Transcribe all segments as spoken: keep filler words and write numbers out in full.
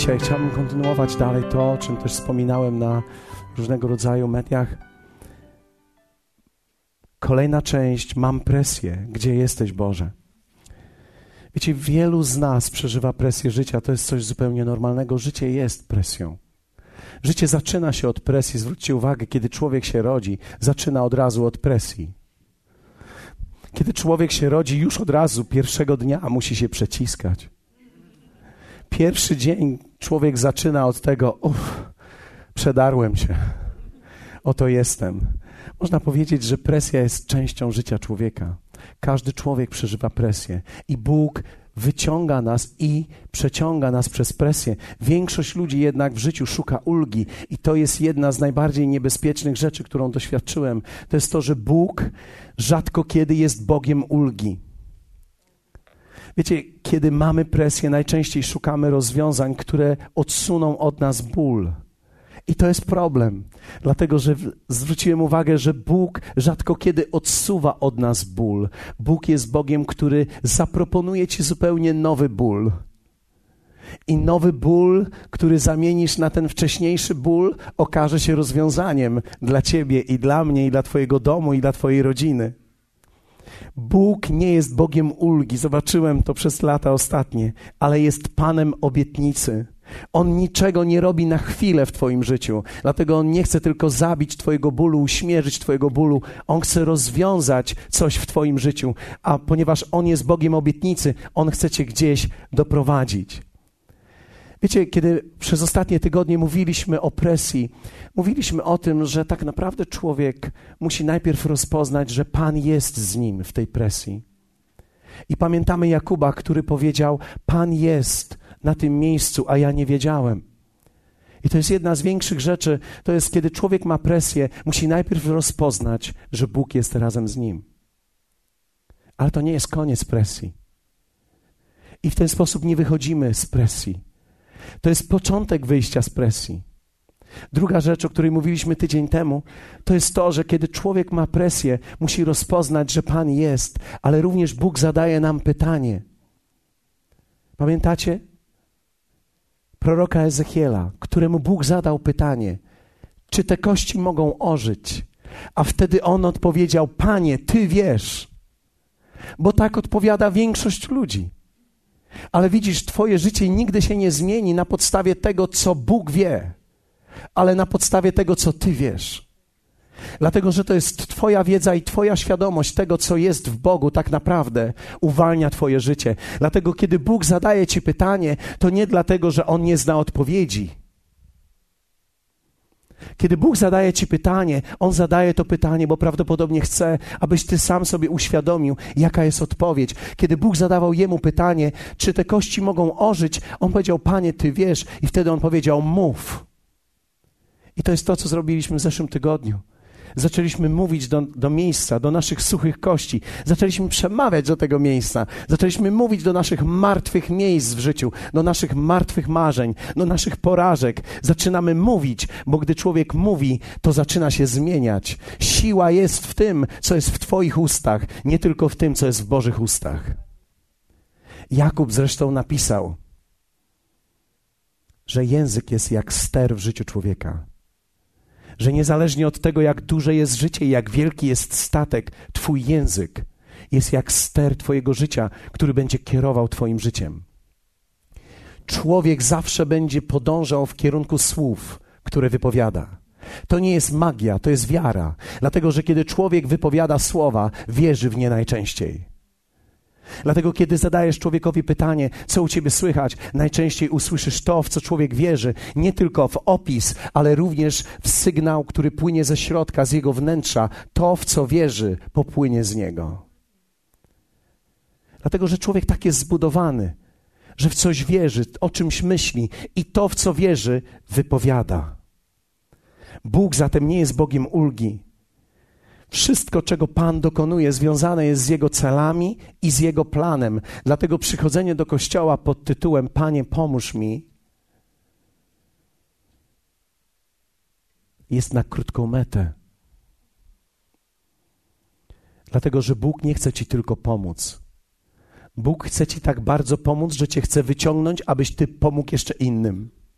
dzisiaj chciałbym kontynuować dalej to, o czym też wspominałem na różnego rodzaju mediach. Kolejna część, mam presję. Gdzie jesteś, Boże? Wiecie, wielu z nas przeżywa presję życia. To jest coś zupełnie normalnego. Życie jest presją. Życie zaczyna się od presji. Zwróćcie uwagę, kiedy człowiek się rodzi, zaczyna od razu od presji. Kiedy człowiek się rodzi, już od razu pierwszego dnia musi się przeciskać. Pierwszy dzień człowiek zaczyna od tego, uff, przedarłem się, oto jestem. Można powiedzieć, że presja jest częścią życia człowieka. Każdy człowiek przeżywa presję i Bóg wyciąga nas i przeciąga nas przez presję. Większość ludzi jednak w życiu szuka ulgi i to jest jedna z najbardziej niebezpiecznych rzeczy, którą doświadczyłem. To jest to, że Bóg rzadko kiedy jest Bogiem ulgi. Wiecie, kiedy mamy presję, najczęściej szukamy rozwiązań, które odsuną od nas ból. I to jest problem, dlatego że zwróciłem uwagę, że Bóg rzadko kiedy odsuwa od nas ból. Bóg jest Bogiem, który zaproponuje ci zupełnie nowy ból. I nowy ból, który zamienisz na ten wcześniejszy ból, okaże się rozwiązaniem dla ciebie i dla mnie, i dla twojego domu, i dla twojej rodziny. Bóg nie jest Bogiem ulgi, zobaczyłem to przez lata ostatnie, ale jest Panem obietnicy. On niczego nie robi na chwilę w twoim życiu, dlatego On nie chce tylko zabić twojego bólu, uśmierzyć twojego bólu. On chce rozwiązać coś w twoim życiu, a ponieważ On jest Bogiem obietnicy, On chce cię gdzieś doprowadzić. Wiecie, kiedy przez ostatnie tygodnie mówiliśmy o presji, mówiliśmy o tym, że tak naprawdę człowiek musi najpierw rozpoznać, że Pan jest z nim w tej presji. I pamiętamy Jakuba, który powiedział, Pan jest na tym miejscu, a ja nie wiedziałem. I to jest jedna z większych rzeczy, to jest kiedy człowiek ma presję, musi najpierw rozpoznać, że Bóg jest razem z nim. Ale to nie jest koniec presji. I w ten sposób nie wychodzimy z presji. To jest początek wyjścia z presji. Druga rzecz, o której mówiliśmy tydzień temu, to jest to, że kiedy człowiek ma presję, musi rozpoznać, że Pan jest, ale również Bóg zadaje nam pytanie. Pamiętacie? Proroka Ezechiela, któremu Bóg zadał pytanie, czy te kości mogą ożyć? A wtedy on odpowiedział, Panie, Ty wiesz, bo tak odpowiada większość ludzi. Ale widzisz, twoje życie nigdy się nie zmieni na podstawie tego, co Bóg wie, ale na podstawie tego, co ty wiesz. Dlatego, że to jest twoja wiedza i twoja świadomość tego, co jest w Bogu, tak naprawdę uwalnia twoje życie. Dlatego, kiedy Bóg zadaje ci pytanie, to nie dlatego, że On nie zna odpowiedzi. Kiedy Bóg zadaje ci pytanie, On zadaje to pytanie, bo prawdopodobnie chce, abyś ty sam sobie uświadomił, jaka jest odpowiedź. Kiedy Bóg zadawał jemu pytanie, czy te kości mogą ożyć, on powiedział, Panie, Ty wiesz. I wtedy on powiedział, mów. I to jest to, co zrobiliśmy w zeszłym tygodniu. Zaczęliśmy mówić do, do miejsca, do naszych suchych kości. Zaczęliśmy przemawiać do tego miejsca. Zaczęliśmy mówić do naszych martwych miejsc w życiu, do naszych martwych marzeń, do naszych porażek. Zaczynamy mówić, bo gdy człowiek mówi, to zaczyna się zmieniać. Siła jest w tym, co jest w twoich ustach, nie tylko w tym, co jest w Bożych ustach. Jakub zresztą napisał, że język jest jak ster w życiu człowieka. Że niezależnie od tego, jak duże jest życie i jak wielki jest statek, twój język jest jak ster twojego życia, który będzie kierował twoim życiem. Człowiek zawsze będzie podążał w kierunku słów, które wypowiada. To nie jest magia, to jest wiara. Dlatego, że kiedy człowiek wypowiada słowa, wierzy w nie najczęściej. Dlatego, kiedy zadajesz człowiekowi pytanie, co u ciebie słychać, najczęściej usłyszysz to, w co człowiek wierzy, nie tylko w opis, ale również w sygnał, który płynie ze środka, z jego wnętrza. To, w co wierzy, popłynie z niego. Dlatego, że człowiek tak jest zbudowany, że w coś wierzy, o czymś myśli i to, w co wierzy, wypowiada. Bóg zatem nie jest Bogiem ulgi. Wszystko, czego Pan dokonuje, związane jest z Jego celami i z Jego planem. Dlatego przychodzenie do kościoła pod tytułem Panie, pomóż mi jest na krótką metę. Dlatego, że Bóg nie chce ci tylko pomóc. Bóg chce ci tak bardzo pomóc, że cię chce wyciągnąć, abyś ty pomógł jeszcze innym.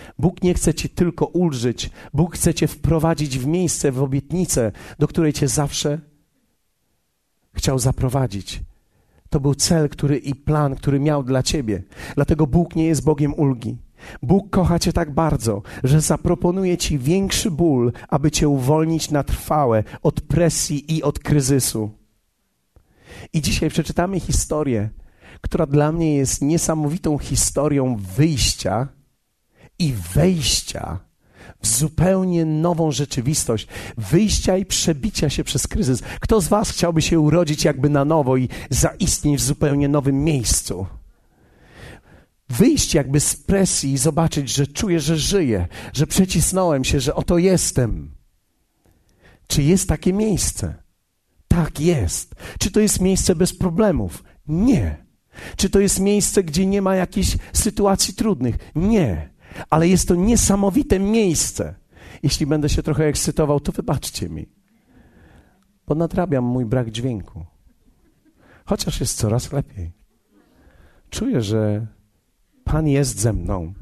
Bóg nie chce ci tylko ulżyć. Bóg chce cię wprowadzić w miejsce, w obietnicę, do której cię zawsze chciał zaprowadzić. To był cel, który i plan, który miał dla ciebie. Dlatego Bóg nie jest Bogiem ulgi. Bóg kocha cię tak bardzo, że zaproponuje ci większy ból, aby cię uwolnić na trwałe od presji i od kryzysu. I dzisiaj przeczytamy historię, która dla mnie jest niesamowitą historią wyjścia i wejścia w zupełnie nową rzeczywistość, wyjścia i przebicia się przez kryzys. Kto z was chciałby się urodzić jakby na nowo i zaistnieć w zupełnie nowym miejscu? Wyjść jakby z presji i zobaczyć, że czuję, że żyję, że przecisnąłem się, że oto jestem. Czy jest takie miejsce? Tak, jest. Czy to jest miejsce bez problemów? Nie. Czy to jest miejsce, gdzie nie ma jakichś sytuacji trudnych? Nie. Ale jest to niesamowite miejsce. Jeśli będę się trochę ekscytował, to wybaczcie mi, bo nadrabiam mój brak dźwięku. Chociaż jest coraz lepiej. Czuję, że Pan jest ze mną.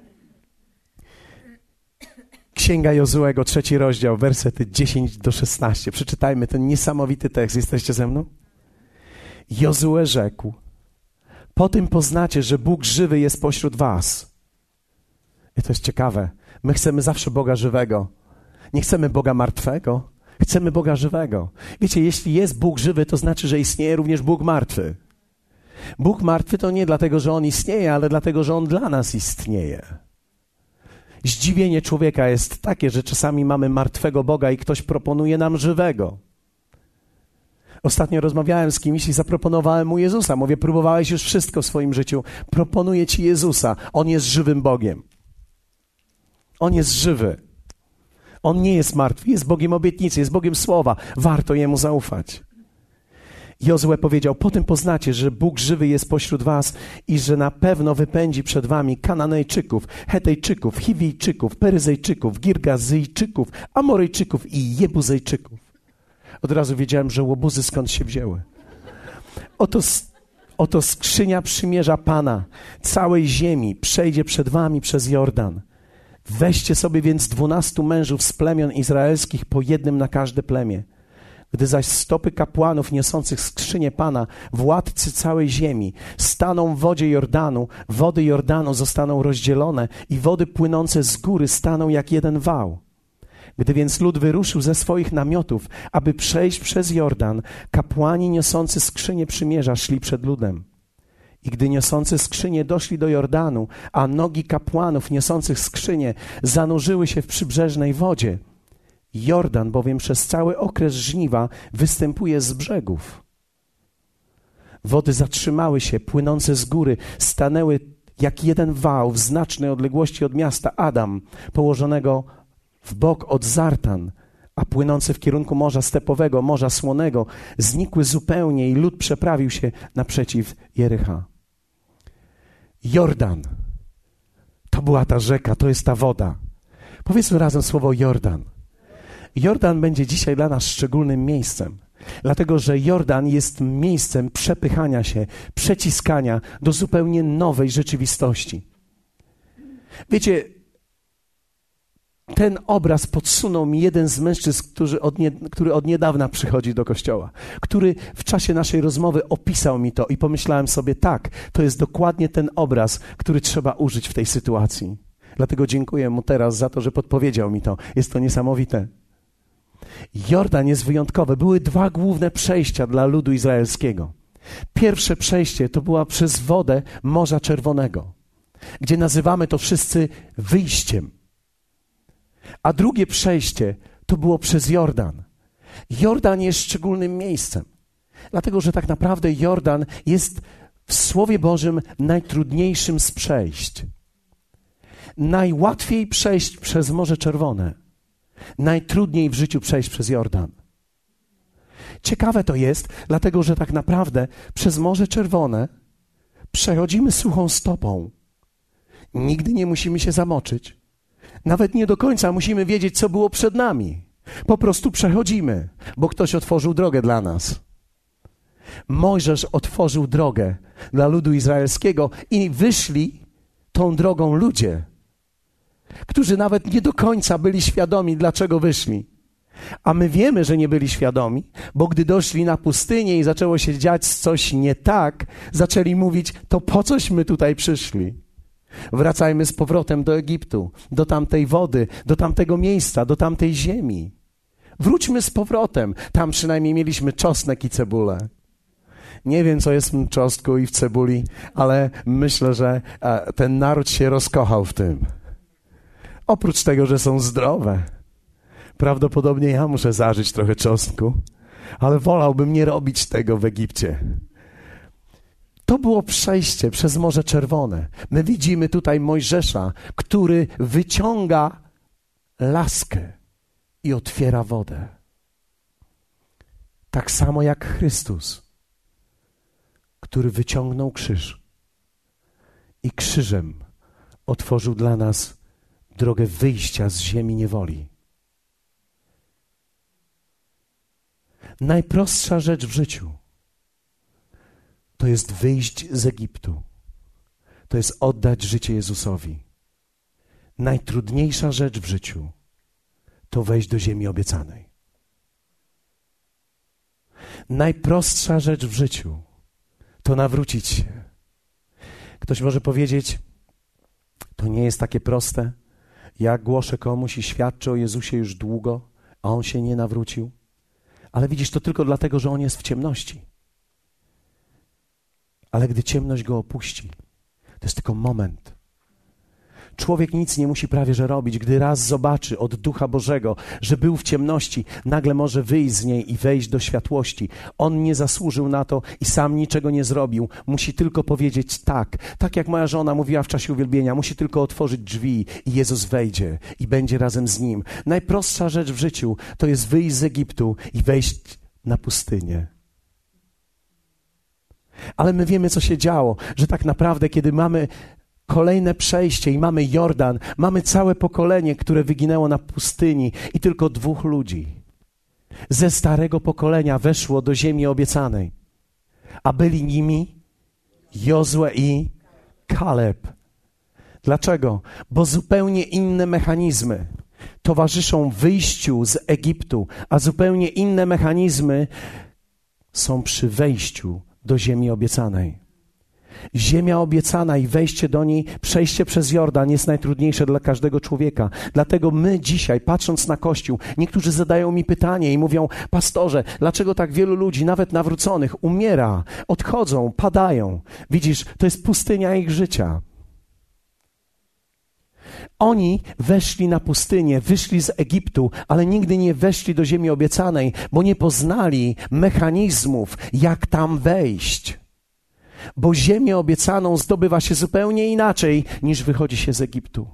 Księga Jozuego, trzeci rozdział, wersety dziesięć do szesnastu. Przeczytajmy ten niesamowity tekst. Jesteście ze mną? Jozue rzekł: po tym poznacie, że Bóg żywy jest pośród was. I to jest ciekawe. My chcemy zawsze Boga żywego. Nie chcemy Boga martwego. Chcemy Boga żywego. Wiecie, jeśli jest Bóg żywy, to znaczy, że istnieje również Bóg martwy. Bóg martwy to nie dlatego, że On istnieje, ale dlatego, że On dla nas istnieje. Zdziwienie człowieka jest takie, że czasami mamy martwego Boga i ktoś proponuje nam żywego. Ostatnio rozmawiałem z kimś i zaproponowałem mu Jezusa. Mówię, próbowałeś już wszystko w swoim życiu. Proponuję ci Jezusa. On jest żywym Bogiem. On jest żywy. On nie jest martwy. Jest Bogiem obietnicy, jest Bogiem słowa. Warto Jemu zaufać. Jozue powiedział: po tym poznacie, że Bóg żywy jest pośród was i że na pewno wypędzi przed wami Kananejczyków, Hetejczyków, Chiwijczyków, Peryzejczyków, Girgazyjczyków, Amoryjczyków i Jebuzejczyków. Od razu wiedziałem, że łobuzy skąd się wzięły. Oto, oto skrzynia przymierza Pana całej ziemi przejdzie przed wami przez Jordan. Weźcie sobie więc dwunastu mężów z plemion izraelskich, po jednym na każde plemię. Gdy zaś stopy kapłanów niosących skrzynię Pana, władcy całej ziemi, staną w wodzie Jordanu, wody Jordanu zostaną rozdzielone i wody płynące z góry staną jak jeden wał. Gdy więc lud wyruszył ze swoich namiotów, aby przejść przez Jordan, kapłani niosący skrzynię przymierza szli przed ludem. I gdy niosący skrzynię doszli do Jordanu, a nogi kapłanów niosących skrzynię zanurzyły się w przybrzeżnej wodzie, Jordan bowiem przez cały okres żniwa występuje z brzegów. Wody zatrzymały się, płynące z góry, stanęły jak jeden wał w znacznej odległości od miasta Adam, położonego w bok od Zartan, a płynące w kierunku Morza Stepowego, Morza Słonego, znikły zupełnie i lud przeprawił się naprzeciw Jericha. Jordan. To była ta rzeka, to jest ta woda. Powiedzmy razem słowo Jordan. Jordan będzie dzisiaj dla nas szczególnym miejscem, dlatego że Jordan jest miejscem przepychania się, przeciskania do zupełnie nowej rzeczywistości. Wiecie, ten obraz podsunął mi jeden z mężczyzn, który od, nie, który od niedawna przychodzi do kościoła, który w czasie naszej rozmowy opisał mi to i pomyślałem sobie, tak, to jest dokładnie ten obraz, który trzeba użyć w tej sytuacji. Dlatego dziękuję mu teraz za to, że podpowiedział mi to. Jest to niesamowite. Jordan jest wyjątkowy. Były dwa główne przejścia dla ludu izraelskiego. Pierwsze przejście to była przez wodę Morza Czerwonego, gdzie nazywamy to wszyscy wyjściem. A drugie przejście to było przez Jordan. Jordan jest szczególnym miejscem, dlatego że tak naprawdę Jordan jest w Słowie Bożym najtrudniejszym z przejść. Najłatwiej przejść przez Morze Czerwone, najtrudniej w życiu przejść przez Jordan. Ciekawe to jest, dlatego że tak naprawdę przez Morze Czerwone przechodzimy suchą stopą. Nigdy nie musimy się zamoczyć. Nawet nie do końca musimy wiedzieć, co było przed nami. Po prostu przechodzimy, bo ktoś otworzył drogę dla nas. Mojżesz otworzył drogę dla ludu izraelskiego i wyszli tą drogą ludzie. którzy nawet nie do końca byli świadomi, dlaczego wyszli. A my wiemy, że nie byli świadomi, bo gdy doszli na pustynię i zaczęło się dziać coś nie tak, zaczęli mówić, to po cośmy tutaj przyszli? Wracajmy z powrotem do Egiptu, do tamtej wody, do tamtego miejsca, do tamtej ziemi. Wróćmy z powrotem. Tam przynajmniej mieliśmy czosnek i cebulę. Nie wiem, co jest w czosnku i w cebuli, ale myślę, że ten naród się rozkochał w tym. Oprócz tego, że są zdrowe. Prawdopodobnie ja muszę zażyć trochę czosnku, ale wolałbym nie robić tego w Egipcie. To było przejście przez Morze Czerwone. My widzimy tutaj Mojżesza, który wyciąga laskę i otwiera wodę. Tak samo jak Chrystus, który wyciągnął krzyż i krzyżem otworzył dla nas drogę wyjścia z ziemi niewoli. Najprostsza rzecz w życiu to jest wyjść z Egiptu. To jest oddać życie Jezusowi. Najtrudniejsza rzecz w życiu to wejść do ziemi obiecanej. Najprostsza rzecz w życiu to nawrócić się. Ktoś może powiedzieć, to nie jest takie proste. Ja głoszę komuś i świadczę o Jezusie już długo, a on się nie nawrócił. Ale widzisz, to tylko dlatego, że on jest w ciemności. Ale gdy ciemność go opuści, to jest tylko moment. Człowiek nic nie musi prawie że robić. Gdy raz zobaczy od Ducha Bożego, że był w ciemności, nagle może wyjść z niej i wejść do światłości. On nie zasłużył na to i sam niczego nie zrobił. Musi tylko powiedzieć tak. Tak jak moja żona mówiła w czasie uwielbienia. Musi tylko otworzyć drzwi i Jezus wejdzie i będzie razem z Nim. Najprostsza rzecz w życiu to jest wyjść z Egiptu i wejść na pustynię. Ale my wiemy, co się działo, że tak naprawdę, kiedy mamy kolejne przejście i mamy Jordan, mamy całe pokolenie, które wyginęło na pustyni i tylko dwóch ludzi ze starego pokolenia weszło do ziemi obiecanej, a byli nimi Jozue i Kaleb. Dlaczego? Bo zupełnie inne mechanizmy towarzyszą wyjściu z Egiptu, a zupełnie inne mechanizmy są przy wejściu do ziemi obiecanej. Ziemia obiecana i wejście do niej, przejście przez Jordan jest najtrudniejsze dla każdego człowieka. Dlatego my dzisiaj, patrząc na Kościół, niektórzy zadają mi pytanie i mówią, pastorze, dlaczego tak wielu ludzi, nawet nawróconych, umiera, odchodzą, padają? Widzisz, to jest pustynia ich życia. Oni weszli na pustynię, wyszli z Egiptu, ale nigdy nie weszli do ziemi obiecanej, bo nie poznali mechanizmów, jak tam wejść. Bo ziemię obiecaną zdobywa się zupełnie inaczej, niż wychodzi się z Egiptu.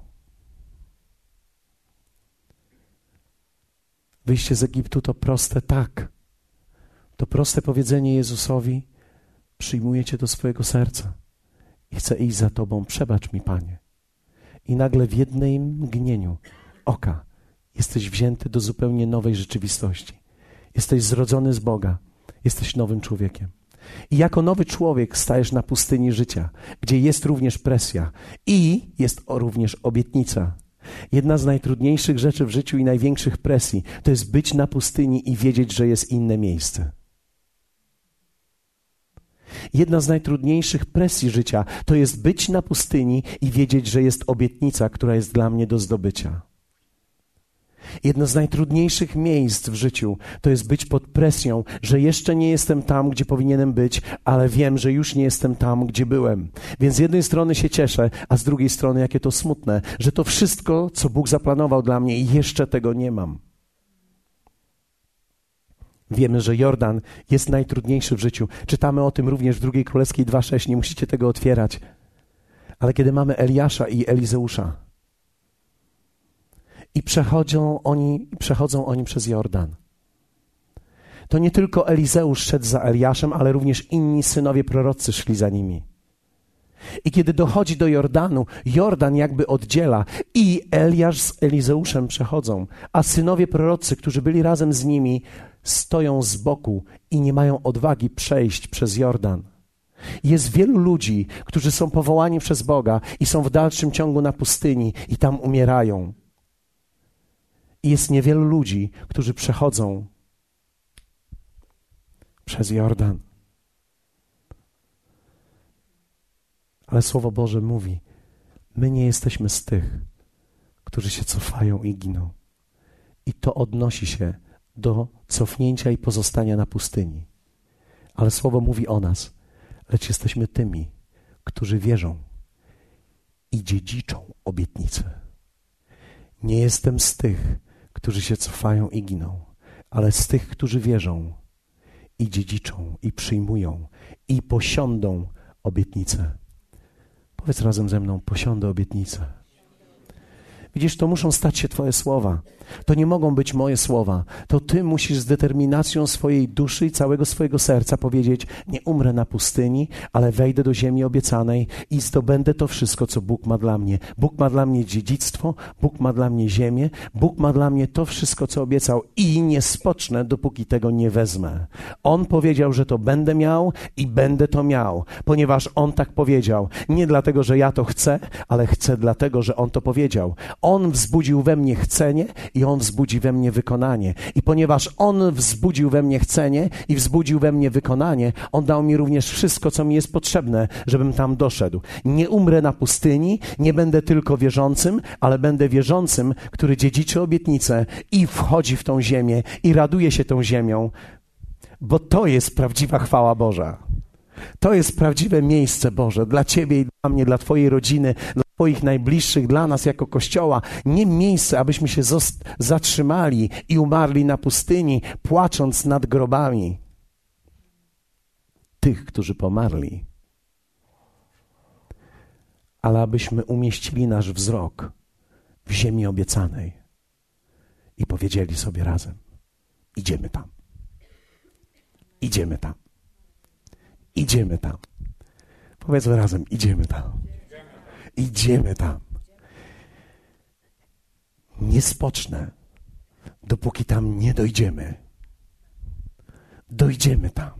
Wyjście z Egiptu to proste tak. To proste powiedzenie Jezusowi, przyjmuję Cię do swojego serca i chcę iść za Tobą, przebacz mi, Panie. I nagle w jednym mgnieniu oka jesteś wzięty do zupełnie nowej rzeczywistości. Jesteś zrodzony z Boga, jesteś nowym człowiekiem. I jako nowy człowiek stajesz na pustyni życia, gdzie jest również presja i jest również obietnica. Jedna z najtrudniejszych rzeczy w życiu i największych presji to jest być na pustyni i wiedzieć, że jest inne miejsce. Jedna z najtrudniejszych presji życia to jest być na pustyni i wiedzieć, że jest obietnica, która jest dla mnie do zdobycia. Jedno z najtrudniejszych miejsc w życiu to jest być pod presją, że jeszcze nie jestem tam, gdzie powinienem być, ale wiem, że już nie jestem tam, gdzie byłem. Więc z jednej strony się cieszę, a z drugiej strony jakie to smutne, że to wszystko, co Bóg zaplanował dla mnie, i jeszcze tego nie mam. Wiemy, że Jordan jest najtrudniejszy w życiu. Czytamy o tym również w drugiej Królewskiej dwa sześć, nie musicie tego otwierać. Ale kiedy mamy Eliasza i Elizeusza i przechodzą oni, przechodzą oni przez Jordan, to nie tylko Elizeusz szedł za Eliaszem, ale również inni synowie prorocy szli za nimi. I kiedy dochodzi do Jordanu, Jordan jakby oddziela i Eliasz z Elizeuszem przechodzą, a synowie prorocy, którzy byli razem z nimi, stoją z boku i nie mają odwagi przejść przez Jordan. Jest wielu ludzi, którzy są powołani przez Boga i są w dalszym ciągu na pustyni i tam umierają. I jest niewielu ludzi, którzy przechodzą przez Jordan. Ale Słowo Boże mówi, my nie jesteśmy z tych, którzy się cofają i giną. I to odnosi się do cofnięcia i pozostania na pustyni. Ale Słowo mówi o nas, lecz jesteśmy tymi, którzy wierzą i dziedziczą obietnicę. Nie jestem z tych, którzy się cofają i giną, ale z tych, którzy wierzą i dziedziczą, i przyjmują, i posiądą obietnicę. Powiedz razem ze mną, posiądę obietnicę. Widzisz, to muszą stać się Twoje słowa. To nie mogą być moje słowa. To Ty musisz z determinacją swojej duszy i całego swojego serca powiedzieć, nie umrę na pustyni, ale wejdę do ziemi obiecanej i zdobędę to wszystko, co Bóg ma dla mnie. Bóg ma dla mnie dziedzictwo, Bóg ma dla mnie ziemię, Bóg ma dla mnie to wszystko, co obiecał i nie spocznę, dopóki tego nie wezmę. On powiedział, że to będę miał i będę to miał, ponieważ On tak powiedział. Nie dlatego, że ja to chcę, ale chcę dlatego, że On to powiedział. On wzbudził we mnie chcenie i On wzbudzi we mnie wykonanie. I ponieważ On wzbudził we mnie chcenie i wzbudził we mnie wykonanie, On dał mi również wszystko, co mi jest potrzebne, żebym tam doszedł. Nie umrę na pustyni, nie będę tylko wierzącym, ale będę wierzącym, który dziedziczy obietnicę i wchodzi w tą ziemię i raduje się tą ziemią, bo to jest prawdziwa chwała Boża. To jest prawdziwe miejsce Boże dla Ciebie i dla mnie, dla Twojej rodziny, dla Twoich najbliższych, dla nas jako Kościoła. Nie miejsce, abyśmy się zost- zatrzymali i umarli na pustyni, płacząc nad grobami tych, którzy pomarli, ale abyśmy umieścili nasz wzrok w ziemi obiecanej i powiedzieli sobie razem, idziemy tam. Idziemy tam. Idziemy tam. Powiedzmy razem, idziemy tam. Idziemy tam. Nie spocznę, dopóki tam nie dojdziemy. Dojdziemy tam.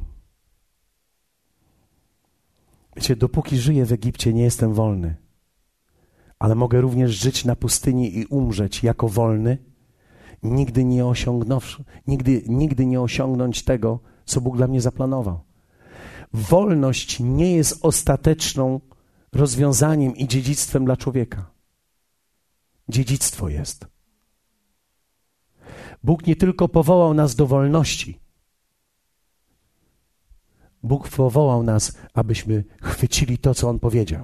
Wiecie, dopóki żyję w Egipcie, nie jestem wolny. Ale mogę również żyć na pustyni i umrzeć jako wolny, nigdy nie osiągnąwszy, nigdy, nigdy nie osiągnąć tego, co Bóg dla mnie zaplanował. Wolność nie jest ostateczną rozwiązaniem i dziedzictwem dla człowieka. Dziedzictwo jest. Bóg nie tylko powołał nas do wolności. Bóg powołał nas, abyśmy chwycili to, co On powiedział.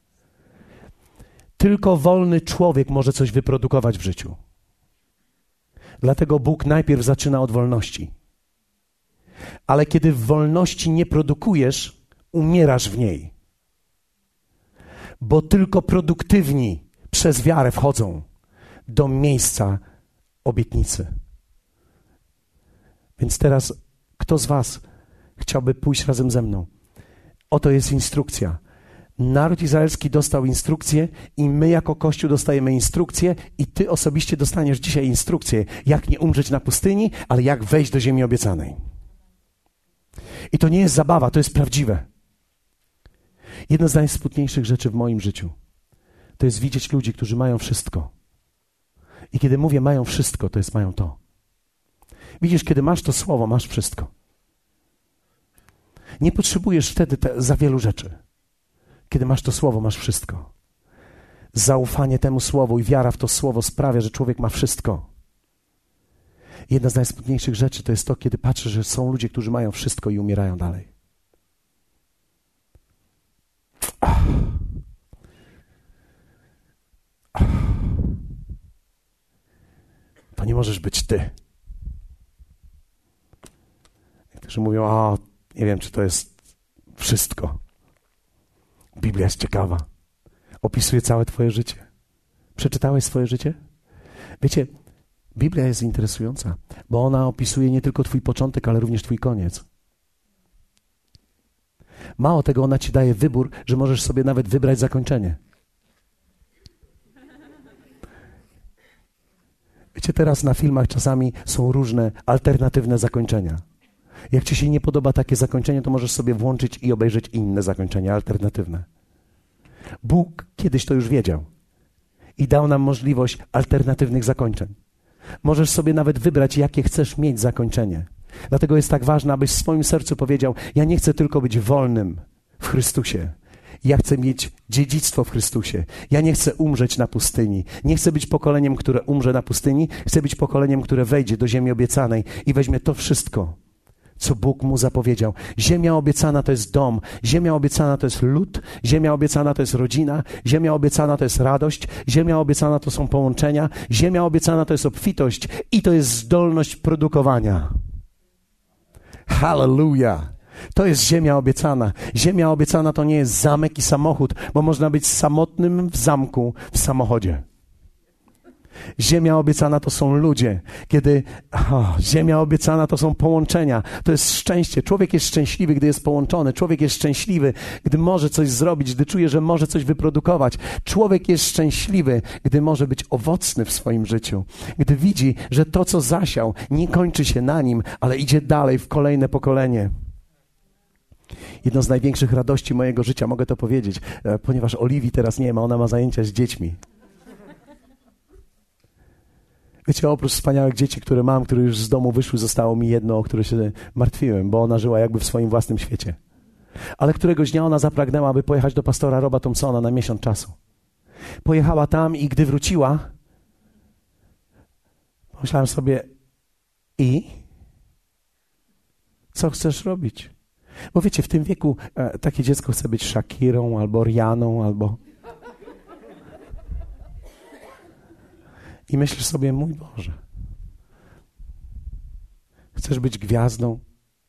Tylko wolny człowiek może coś wyprodukować w życiu. Dlatego Bóg najpierw zaczyna od wolności. Ale kiedy w wolności nie produkujesz, umierasz w niej. Bo tylko produktywni przez wiarę wchodzą do miejsca obietnicy. Więc teraz kto z was chciałby pójść razem ze mną? Oto jest instrukcja. Naród izraelski dostał instrukcję i my jako Kościół dostajemy instrukcję i ty osobiście dostaniesz dzisiaj instrukcję, jak nie umrzeć na pustyni, ale jak wejść do ziemi obiecanej. I to nie jest zabawa, to jest prawdziwe. Jedna z najsmutniejszych rzeczy w moim życiu to jest widzieć ludzi, którzy mają wszystko. I kiedy mówię mają wszystko, to jest mają to. Widzisz, kiedy masz to słowo, masz wszystko. Nie potrzebujesz wtedy te, za wielu rzeczy. Kiedy masz to słowo, masz wszystko. Zaufanie temu słowu i wiara w to słowo sprawia, że człowiek ma wszystko. Jedna z najsmutniejszych rzeczy to jest to, kiedy patrzę, że są ludzie, którzy mają wszystko i umierają dalej. Ach. Ach. To nie możesz być ty. Niektórzy mówią, o, nie wiem, czy to jest wszystko. Biblia jest ciekawa. Opisuje całe twoje życie. Przeczytałeś swoje życie? Wiecie, Biblia jest interesująca, bo ona opisuje nie tylko twój początek, ale również twój koniec. Mało tego, ona ci daje wybór, że możesz sobie nawet wybrać zakończenie. Wiecie, teraz na filmach czasami są różne alternatywne zakończenia. Jak ci się nie podoba takie zakończenie, to możesz sobie włączyć i obejrzeć inne zakończenia, alternatywne. Bóg kiedyś to już wiedział i dał nam możliwość alternatywnych zakończeń. Możesz sobie nawet wybrać, jakie chcesz mieć zakończenie. Dlatego jest tak ważne, abyś w swoim sercu powiedział, ja nie chcę tylko być wolnym w Chrystusie. Ja chcę mieć dziedzictwo w Chrystusie. Ja nie chcę umrzeć na pustyni. Nie chcę być pokoleniem, które umrze na pustyni. Chcę być pokoleniem, które wejdzie do ziemi obiecanej i weźmie to wszystko, co Bóg mu zapowiedział. Ziemia obiecana to jest dom. Ziemia obiecana to jest lud. Ziemia obiecana to jest rodzina. Ziemia obiecana to jest radość. Ziemia obiecana to są połączenia. Ziemia obiecana to jest obfitość i to jest zdolność produkowania. Hallelujah! To jest ziemia obiecana. Ziemia obiecana to nie jest zamek i samochód, bo można być samotnym w zamku w samochodzie. Ziemia obiecana to są ludzie. Kiedy oh, ziemia obiecana to są połączenia. To jest szczęście. Człowiek jest szczęśliwy, gdy jest połączony. Człowiek jest szczęśliwy, gdy może coś zrobić, gdy czuje, że może coś wyprodukować. Człowiek jest szczęśliwy, gdy może być owocny w swoim życiu. Gdy widzi, że to, co zasiał, nie kończy się na nim, ale idzie dalej w kolejne pokolenie. Jedną z największych radości mojego życia, mogę to powiedzieć, ponieważ Oliwii teraz nie ma, ona ma zajęcia z dziećmi. Wiecie, oprócz wspaniałych dzieci, które mam, które już z domu wyszły, zostało mi jedno, o które się martwiłem, bo ona żyła jakby w swoim własnym świecie. Ale któregoś dnia ona zapragnęła, aby pojechać do pastora Roba Thompsona na miesiąc czasu. Pojechała tam i gdy wróciła, pomyślałem sobie, i? Co chcesz robić? Bo wiecie, w tym wieku e, takie dziecko chce być Shakirą, albo Rianą, albo... I myślisz sobie, mój Boże, chcesz być gwiazdą?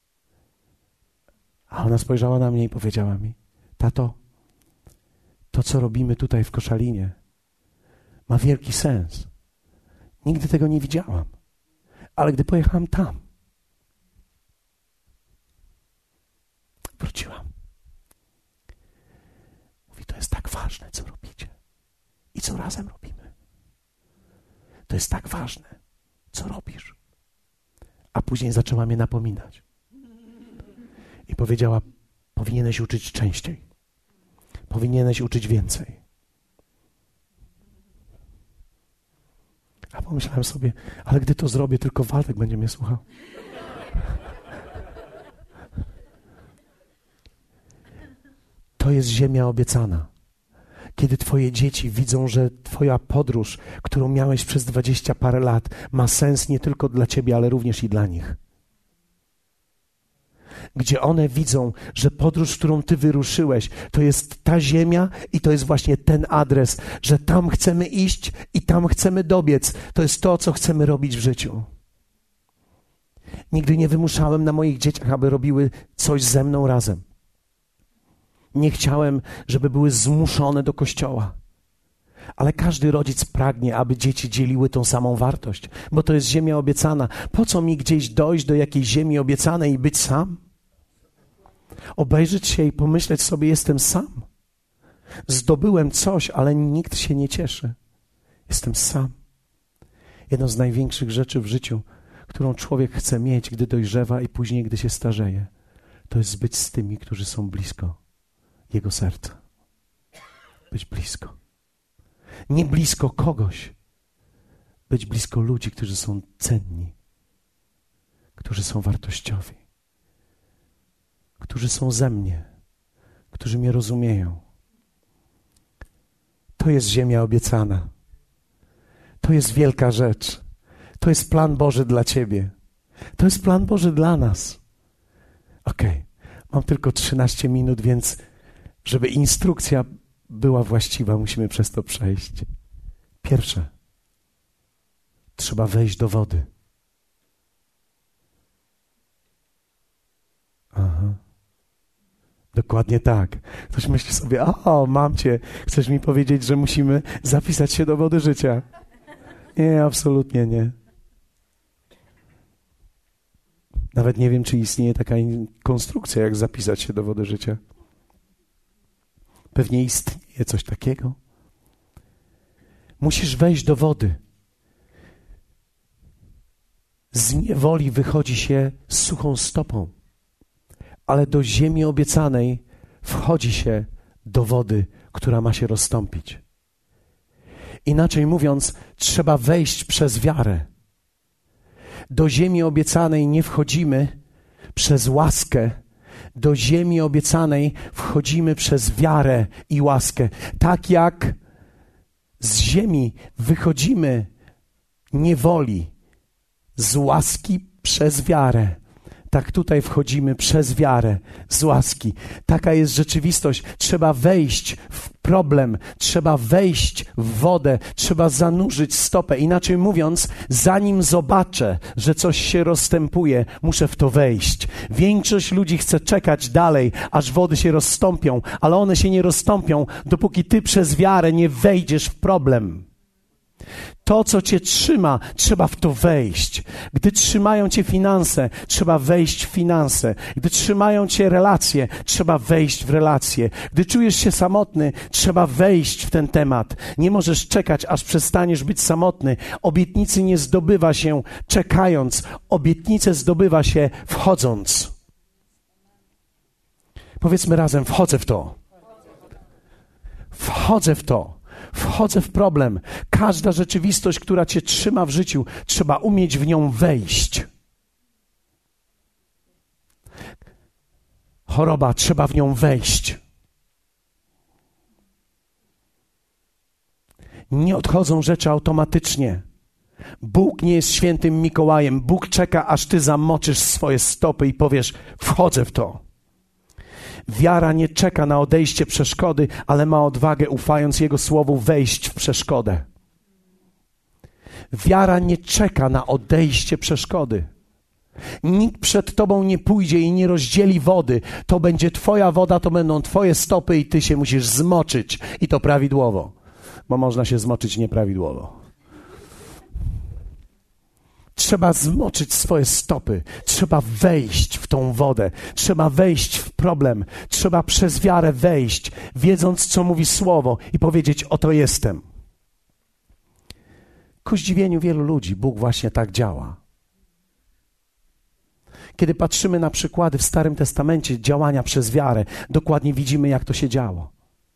A ona spojrzała na mnie i powiedziała mi, tato, to co robimy tutaj w Koszalinie ma wielki sens. Nigdy tego nie widziałam, ale gdy pojechałam tam, wróciłam. Mówi, to jest tak ważne, co robicie i co razem robimy. To jest tak ważne, co robisz. A później zaczęła mnie napominać. I powiedziała, powinieneś uczyć częściej. Powinieneś uczyć więcej. A pomyślałem sobie, ale gdy to zrobię, tylko Waldek będzie mnie słuchał. To jest ziemia obiecana. Kiedy twoje dzieci widzą, że twoja podróż, którą miałeś przez dwadzieścia parę lat, ma sens nie tylko dla ciebie, ale również i dla nich. Gdzie one widzą, że podróż, którą ty wyruszyłeś, to jest ta ziemia i to jest właśnie ten adres, że tam chcemy iść i tam chcemy dobiec. To jest to, co chcemy robić w życiu. Nigdy nie wymuszałem na moich dzieciach, aby robiły coś ze mną razem. Nie chciałem, żeby były zmuszone do kościoła. Ale każdy rodzic pragnie, aby dzieci dzieliły tą samą wartość, bo to jest ziemia obiecana. Po co mi gdzieś dojść do jakiejś ziemi obiecanej i być sam? Obejrzeć się i pomyśleć sobie, jestem sam. Zdobyłem coś, ale nikt się nie cieszy. Jestem sam. Jedną z największych rzeczy w życiu, którą człowiek chce mieć, gdy dojrzewa i później, gdy się starzeje, to jest być z tymi, którzy są blisko Jego serca. Być blisko. Nie blisko kogoś. Być blisko ludzi, którzy są cenni, którzy są wartościowi, którzy są ze mnie, którzy mnie rozumieją. To jest ziemia obiecana. To jest wielka rzecz. To jest plan Boży dla ciebie. To jest plan Boży dla nas. Okej, okay. Mam tylko trzynaście minut, więc żeby instrukcja była właściwa, musimy przez to przejść. Pierwsze. Trzeba wejść do wody. Aha. Dokładnie tak. Ktoś myśli sobie, o, mam cię, chcesz mi powiedzieć, że musimy zapisać się do wody życia? Nie, absolutnie nie. Nawet nie wiem, czy istnieje taka konstrukcja, jak zapisać się do wody życia. Pewnie istnieje coś takiego. Musisz wejść do wody. Z niewoli wychodzi się suchą stopą, ale do ziemi obiecanej wchodzi się do wody, która ma się rozstąpić. Inaczej mówiąc, trzeba wejść przez wiarę. Do ziemi obiecanej nie wchodzimy przez łaskę. Do ziemi obiecanej wchodzimy przez wiarę i łaskę. Tak jak z ziemi wychodzimy niewoli, z łaski przez wiarę, tak tutaj wchodzimy przez wiarę, z łaski. Taka jest rzeczywistość. Trzeba wejść w problem, trzeba wejść w wodę, trzeba zanurzyć stopę. Inaczej mówiąc, zanim zobaczę, że coś się rozstępuje, muszę w to wejść. Większość ludzi chce czekać dalej, aż wody się rozstąpią, ale one się nie rozstąpią, dopóki ty przez wiarę nie wejdziesz w problem. To, co cię trzyma, trzeba w to wejść. Gdy trzymają cię finanse, trzeba wejść w finanse. Gdy trzymają cię relacje, trzeba wejść w relacje. Gdy czujesz się samotny, trzeba wejść w ten temat. Nie możesz czekać, aż przestaniesz być samotny. Obietnicy nie zdobywa się czekając. Obietnice zdobywa się wchodząc. Powiedzmy razem, wchodzę w to. Wchodzę w to. Wchodzę w problem. Każda rzeczywistość, która cię trzyma w życiu, trzeba umieć w nią wejść. Choroba, trzeba w nią wejść. Nie odchodzą rzeczy automatycznie. Bóg nie jest świętym Mikołajem. Bóg czeka, aż ty zamoczysz swoje stopy i powiesz, wchodzę w to. Wiara nie czeka na odejście przeszkody, ale ma odwagę, ufając Jego słowu, wejść w przeszkodę. Wiara nie czeka na odejście przeszkody. Nikt przed tobą nie pójdzie i nie rozdzieli wody. To będzie twoja woda, to będą twoje stopy i ty się musisz zmoczyć. I to prawidłowo, bo można się zmoczyć nieprawidłowo. Trzeba zmoczyć swoje stopy, trzeba wejść w tą wodę, trzeba wejść w problem, trzeba przez wiarę wejść, wiedząc, co mówi Słowo i powiedzieć, oto jestem. Ku zdziwieniu wielu ludzi Bóg właśnie tak działa. Kiedy patrzymy na przykłady w Starym Testamencie działania przez wiarę, dokładnie widzimy, jak to się działo.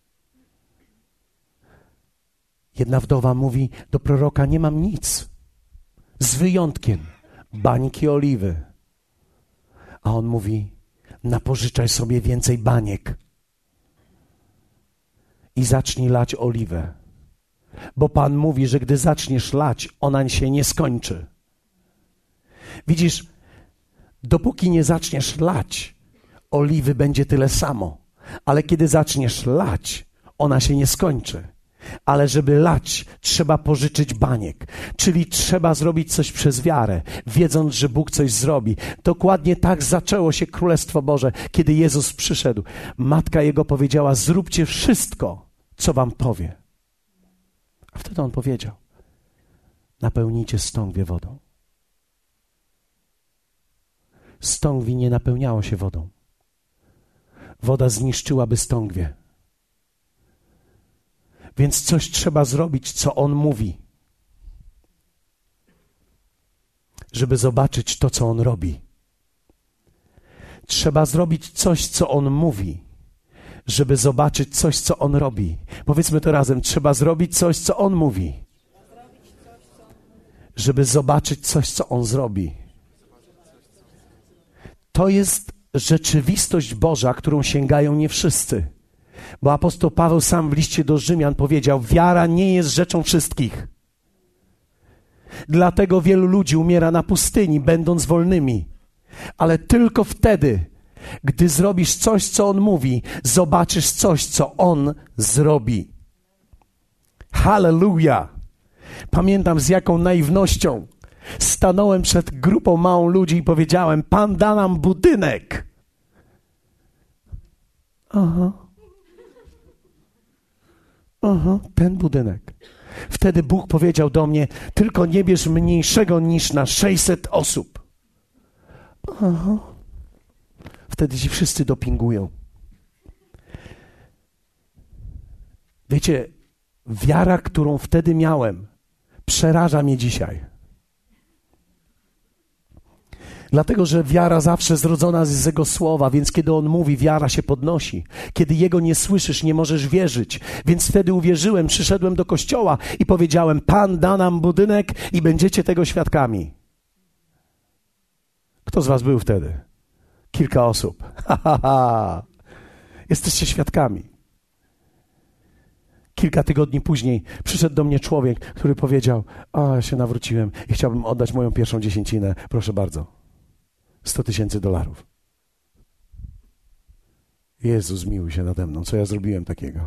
Jedna wdowa mówi do proroka, nie mam nic. Z wyjątkiem bańki oliwy. A on mówi, napożyczaj sobie więcej baniek i zacznij lać oliwę. Bo Pan mówi, że gdy zaczniesz lać, ona się nie skończy. Widzisz, dopóki nie zaczniesz lać, oliwy będzie tyle samo. Ale kiedy zaczniesz lać, ona się nie skończy. Ale żeby lać, trzeba pożyczyć baniek, czyli trzeba zrobić coś przez wiarę, wiedząc, że Bóg coś zrobi. Dokładnie tak zaczęło się Królestwo Boże, kiedy Jezus przyszedł. Matka Jego powiedziała, zróbcie wszystko, co wam powie. A wtedy On powiedział, napełnijcie stągwie wodą. Stągwi nie napełniało się wodą. Woda zniszczyłaby stągwie. Więc coś trzeba zrobić, co On mówi, żeby zobaczyć to, co On robi. Trzeba zrobić coś, co On mówi, żeby zobaczyć coś, co On robi. Powiedzmy to razem. Trzeba zrobić coś, co On mówi, żeby zobaczyć coś, co On zrobi. To jest rzeczywistość Boża, którą sięgają nie wszyscy. Bo apostoł Paweł sam w liście do Rzymian powiedział, wiara nie jest rzeczą wszystkich. Dlatego wielu ludzi umiera na pustyni, będąc wolnymi. Ale tylko wtedy, gdy zrobisz coś, co On mówi, zobaczysz coś, co On zrobi. Halleluja! Pamiętam, z jaką naiwnością stanąłem przed grupą małą ludzi i powiedziałem, Pan da nam budynek. Aha. Aha, ten budynek. Wtedy Bóg powiedział do mnie, tylko nie bierz mniejszego niż na sześćset osób. Aha. Wtedy ci wszyscy dopingują. Wiecie, wiara, którą wtedy miałem, przeraża mnie dzisiaj. Dlatego, że wiara zawsze zrodzona jest z Jego słowa, więc kiedy On mówi, wiara się podnosi. Kiedy Jego nie słyszysz, nie możesz wierzyć. Więc wtedy uwierzyłem, przyszedłem do kościoła i powiedziałem, Pan da nam budynek i będziecie tego świadkami. Kto z was był wtedy? Kilka osób. Ha, ha, ha. Jesteście świadkami. Kilka tygodni później przyszedł do mnie człowiek, który powiedział, o, ja się nawróciłem i chciałbym oddać moją pierwszą dziesięcinę. Proszę bardzo. Sto tysięcy dolarów. Jezus, zmiłuj się nade mną. Co ja zrobiłem takiego?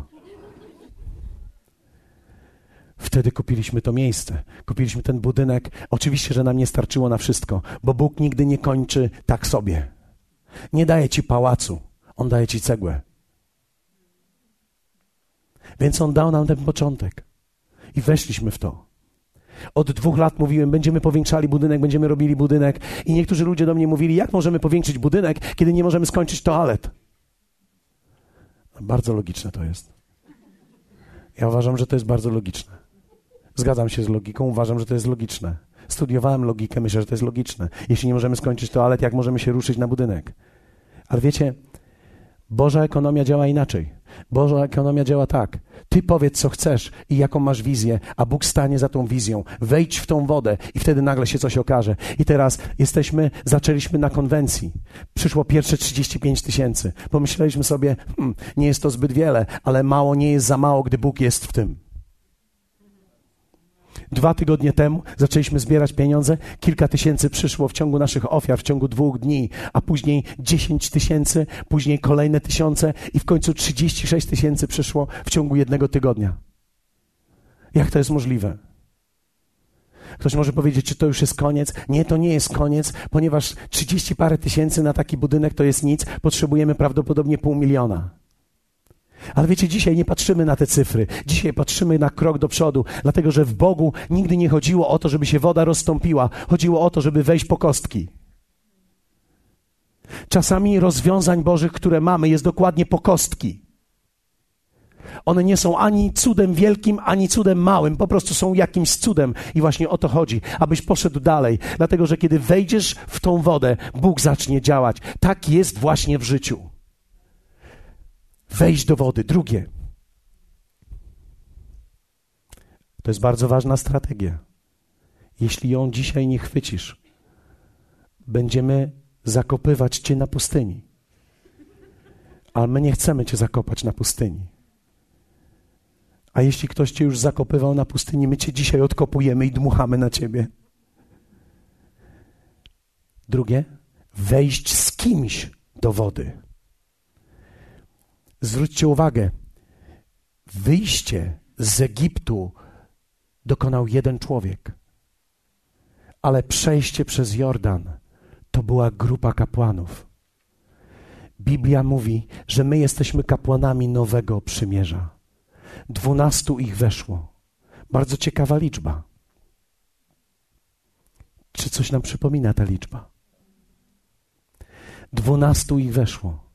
Wtedy kupiliśmy to miejsce. Kupiliśmy ten budynek. Oczywiście, że nam nie starczyło na wszystko, bo Bóg nigdy nie kończy tak sobie. Nie daje ci pałacu. On daje ci cegłę. Więc On dał nam ten początek. I weszliśmy w to. Od dwóch lat mówiłem, będziemy powiększali budynek, będziemy robili budynek. I niektórzy ludzie do mnie mówili, jak możemy powiększyć budynek, kiedy nie możemy skończyć toalet? Bardzo logiczne to jest. Ja uważam, że to jest bardzo logiczne. Zgadzam się z logiką, uważam, że to jest logiczne. Studiowałem logikę, myślę, że to jest logiczne. Jeśli nie możemy skończyć toalet, jak możemy się ruszyć na budynek? Ale wiecie, Boża ekonomia działa inaczej. Boża ekonomia działa tak. Ty powiedz, co chcesz i jaką masz wizję, a Bóg stanie za tą wizją. Wejdź w tą wodę i wtedy nagle się coś okaże. I teraz jesteśmy, zaczęliśmy na konwencji. Przyszło pierwsze trzydzieści pięć tysięcy. Pomyśleliśmy sobie, hmm, nie jest to zbyt wiele, ale mało nie jest za mało, gdy Bóg jest w tym. Dwa tygodnie temu zaczęliśmy zbierać pieniądze, kilka tysięcy przyszło w ciągu naszych ofiar, w ciągu dwóch dni, a później dziesięć tysięcy, później kolejne tysiące i w końcu trzydzieści sześć tysięcy przyszło w ciągu jednego tygodnia. Jak to jest możliwe? Ktoś może powiedzieć, czy to już jest koniec? Nie, to nie jest koniec, ponieważ trzydzieści parę tysięcy na taki budynek to jest nic, potrzebujemy prawdopodobnie pół miliona. Ale wiecie, dzisiaj nie patrzymy na te cyfry. Dzisiaj patrzymy na krok do przodu, dlatego że w Bogu nigdy nie chodziło o to, żeby się woda rozstąpiła. Chodziło o to, żeby wejść po kostki. Czasami rozwiązań Bożych, które mamy, jest dokładnie po kostki. One nie są ani cudem wielkim, ani cudem małym. Po prostu są jakimś cudem. I właśnie o to chodzi, abyś poszedł dalej. Dlatego, że kiedy wejdziesz w tą wodę, Bóg zacznie działać. Tak jest właśnie w życiu. Wejść do wody. Drugie. To jest bardzo ważna strategia. Jeśli ją dzisiaj nie chwycisz, będziemy zakopywać cię na pustyni. Ale my nie chcemy cię zakopać na pustyni. A jeśli ktoś cię już zakopywał na pustyni, my cię dzisiaj odkopujemy i dmuchamy na ciebie. Drugie. Wejść z kimś do wody. Zwróćcie uwagę, wyjście z Egiptu dokonał jeden człowiek, ale przejście przez Jordan to była grupa kapłanów. Biblia mówi, że my jesteśmy kapłanami nowego przymierza. Dwunastu ich weszło. Bardzo ciekawa liczba. Czy coś nam przypomina ta liczba? Dwunastu ich weszło.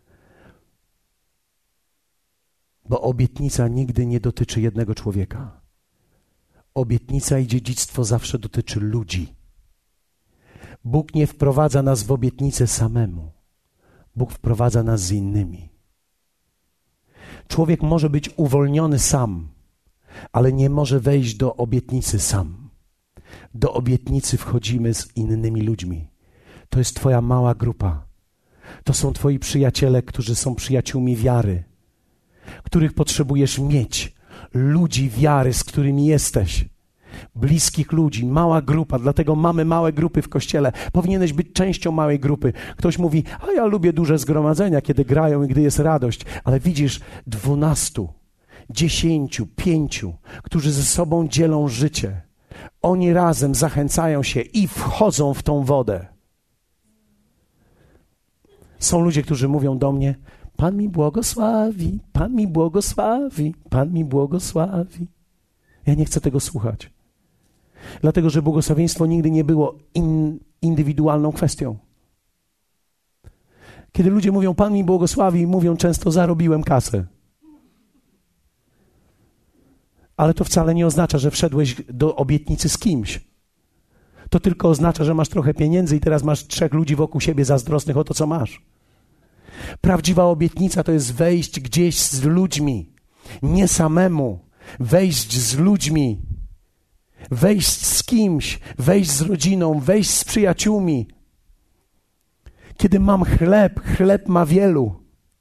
Bo obietnica nigdy nie dotyczy jednego człowieka. Obietnica i dziedzictwo zawsze dotyczy ludzi. Bóg nie wprowadza nas w obietnicę samemu. Bóg wprowadza nas z innymi. Człowiek może być uwolniony sam, ale nie może wejść do obietnicy sam. Do obietnicy wchodzimy z innymi ludźmi. To jest twoja mała grupa. To są twoi przyjaciele, którzy są przyjaciółmi wiary, których potrzebujesz mieć, ludzi wiary, z którymi jesteś, bliskich ludzi, mała grupa, dlatego mamy małe grupy w kościele. Powinieneś być częścią małej grupy. Ktoś mówi, a ja lubię duże zgromadzenia, kiedy grają i gdy jest radość, ale widzisz dwunastu, dziesięciu, pięciu, którzy ze sobą dzielą życie. Oni razem zachęcają się i wchodzą w tą wodę. Są ludzie, którzy mówią do mnie, Pan mi błogosławi, Pan mi błogosławi, Pan mi błogosławi. Ja nie chcę tego słuchać. Dlatego, że błogosławieństwo nigdy nie było in, indywidualną kwestią. Kiedy ludzie mówią, Pan mi błogosławi, mówią często, zarobiłem kasę. Ale to wcale nie oznacza, że wszedłeś do obietnicy z kimś. To tylko oznacza, że masz trochę pieniędzy i teraz masz trzech ludzi wokół siebie zazdrosnych o to, co masz. Prawdziwa obietnica to jest wejść gdzieś z ludźmi, nie samemu, wejść z ludźmi, wejść z kimś, wejść z rodziną, wejść z przyjaciółmi. Kiedy mam chleb, chleb ma wielu.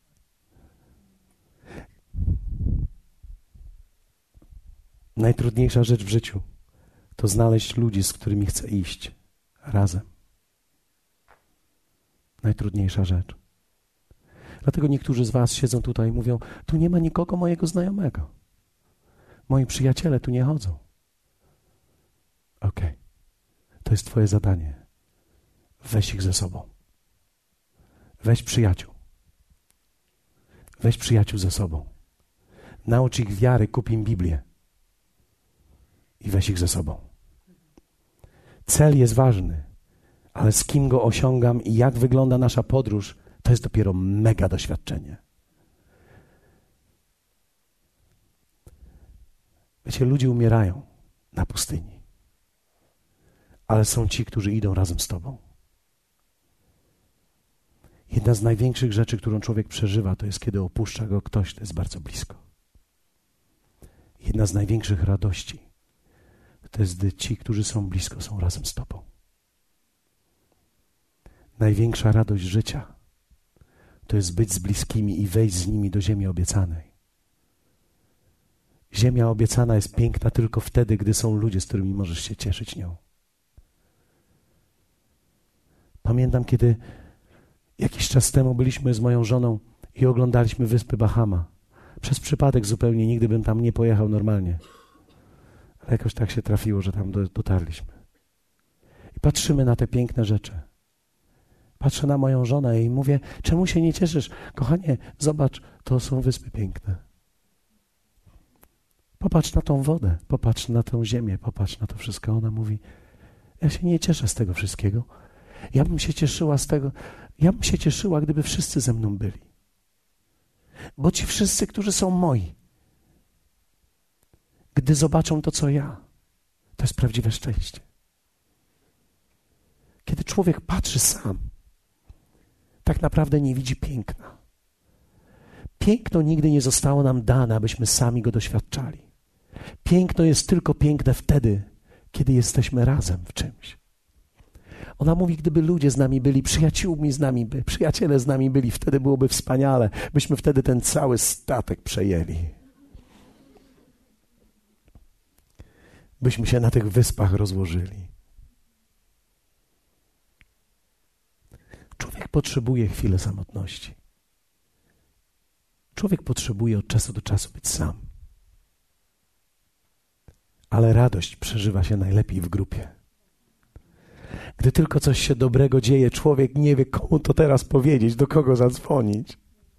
Najtrudniejsza rzecz w życiu to znaleźć ludzi, z którymi chcę iść razem. Najtrudniejsza rzecz. Dlatego niektórzy z was siedzą tutaj i mówią, tu nie ma nikogo mojego znajomego. Moi przyjaciele tu nie chodzą. Okej. Okay. To jest twoje zadanie. Weź ich ze sobą. Weź przyjaciół. Weź przyjaciół ze sobą. Naucz ich wiary, kup im Biblię. I weź ich ze sobą. Cel jest ważny, ale z kim go osiągam i jak wygląda nasza podróż, to jest dopiero mega doświadczenie. Wiecie, ludzie umierają na pustyni, ale są ci, którzy idą razem z tobą. Jedna z największych rzeczy, którą człowiek przeżywa, to jest, kiedy opuszcza go ktoś, kto jest bardzo blisko. Jedna z największych radości to jest, gdy ci, którzy są blisko, są razem z tobą. Największa radość życia to jest być z bliskimi i wejść z nimi do ziemi obiecanej. Ziemia obiecana jest piękna tylko wtedy, gdy są ludzie, z którymi możesz się cieszyć nią. Pamiętam, kiedy jakiś czas temu byliśmy z moją żoną i oglądaliśmy wyspy Bahama. Przez przypadek zupełnie, nigdy bym tam nie pojechał normalnie. Ale jakoś tak się trafiło, że tam dotarliśmy. I patrzymy na te piękne rzeczy. Patrzę na moją żonę i mówię, czemu się nie cieszysz? Kochanie, zobacz, to są wyspy piękne. Popatrz na tą wodę, popatrz na tą ziemię, popatrz na to wszystko. Ona mówi, ja się nie cieszę z tego wszystkiego. Ja bym się cieszyła z tego, ja bym się cieszyła, gdyby wszyscy ze mną byli. Bo ci wszyscy, którzy są moi, gdy zobaczą to, co ja, to jest prawdziwe szczęście. Kiedy człowiek patrzy sam, tak naprawdę nie widzi piękna. Piękno nigdy nie zostało nam dane, abyśmy sami go doświadczali. Piękno jest tylko piękne wtedy, kiedy jesteśmy razem w czymś. Ona mówi, gdyby ludzie z nami byli, przyjaciółmi z nami byli, przyjaciele z nami byli, wtedy byłoby wspaniale. Byśmy wtedy ten cały statek przejęli. Byśmy się na tych wyspach rozłożyli. Człowiek potrzebuje chwilę samotności. Człowiek potrzebuje od czasu do czasu być sam. Ale radość przeżywa się najlepiej w grupie. Gdy tylko coś się dobrego dzieje, człowiek nie wie, komu to teraz powiedzieć, do kogo zadzwonić.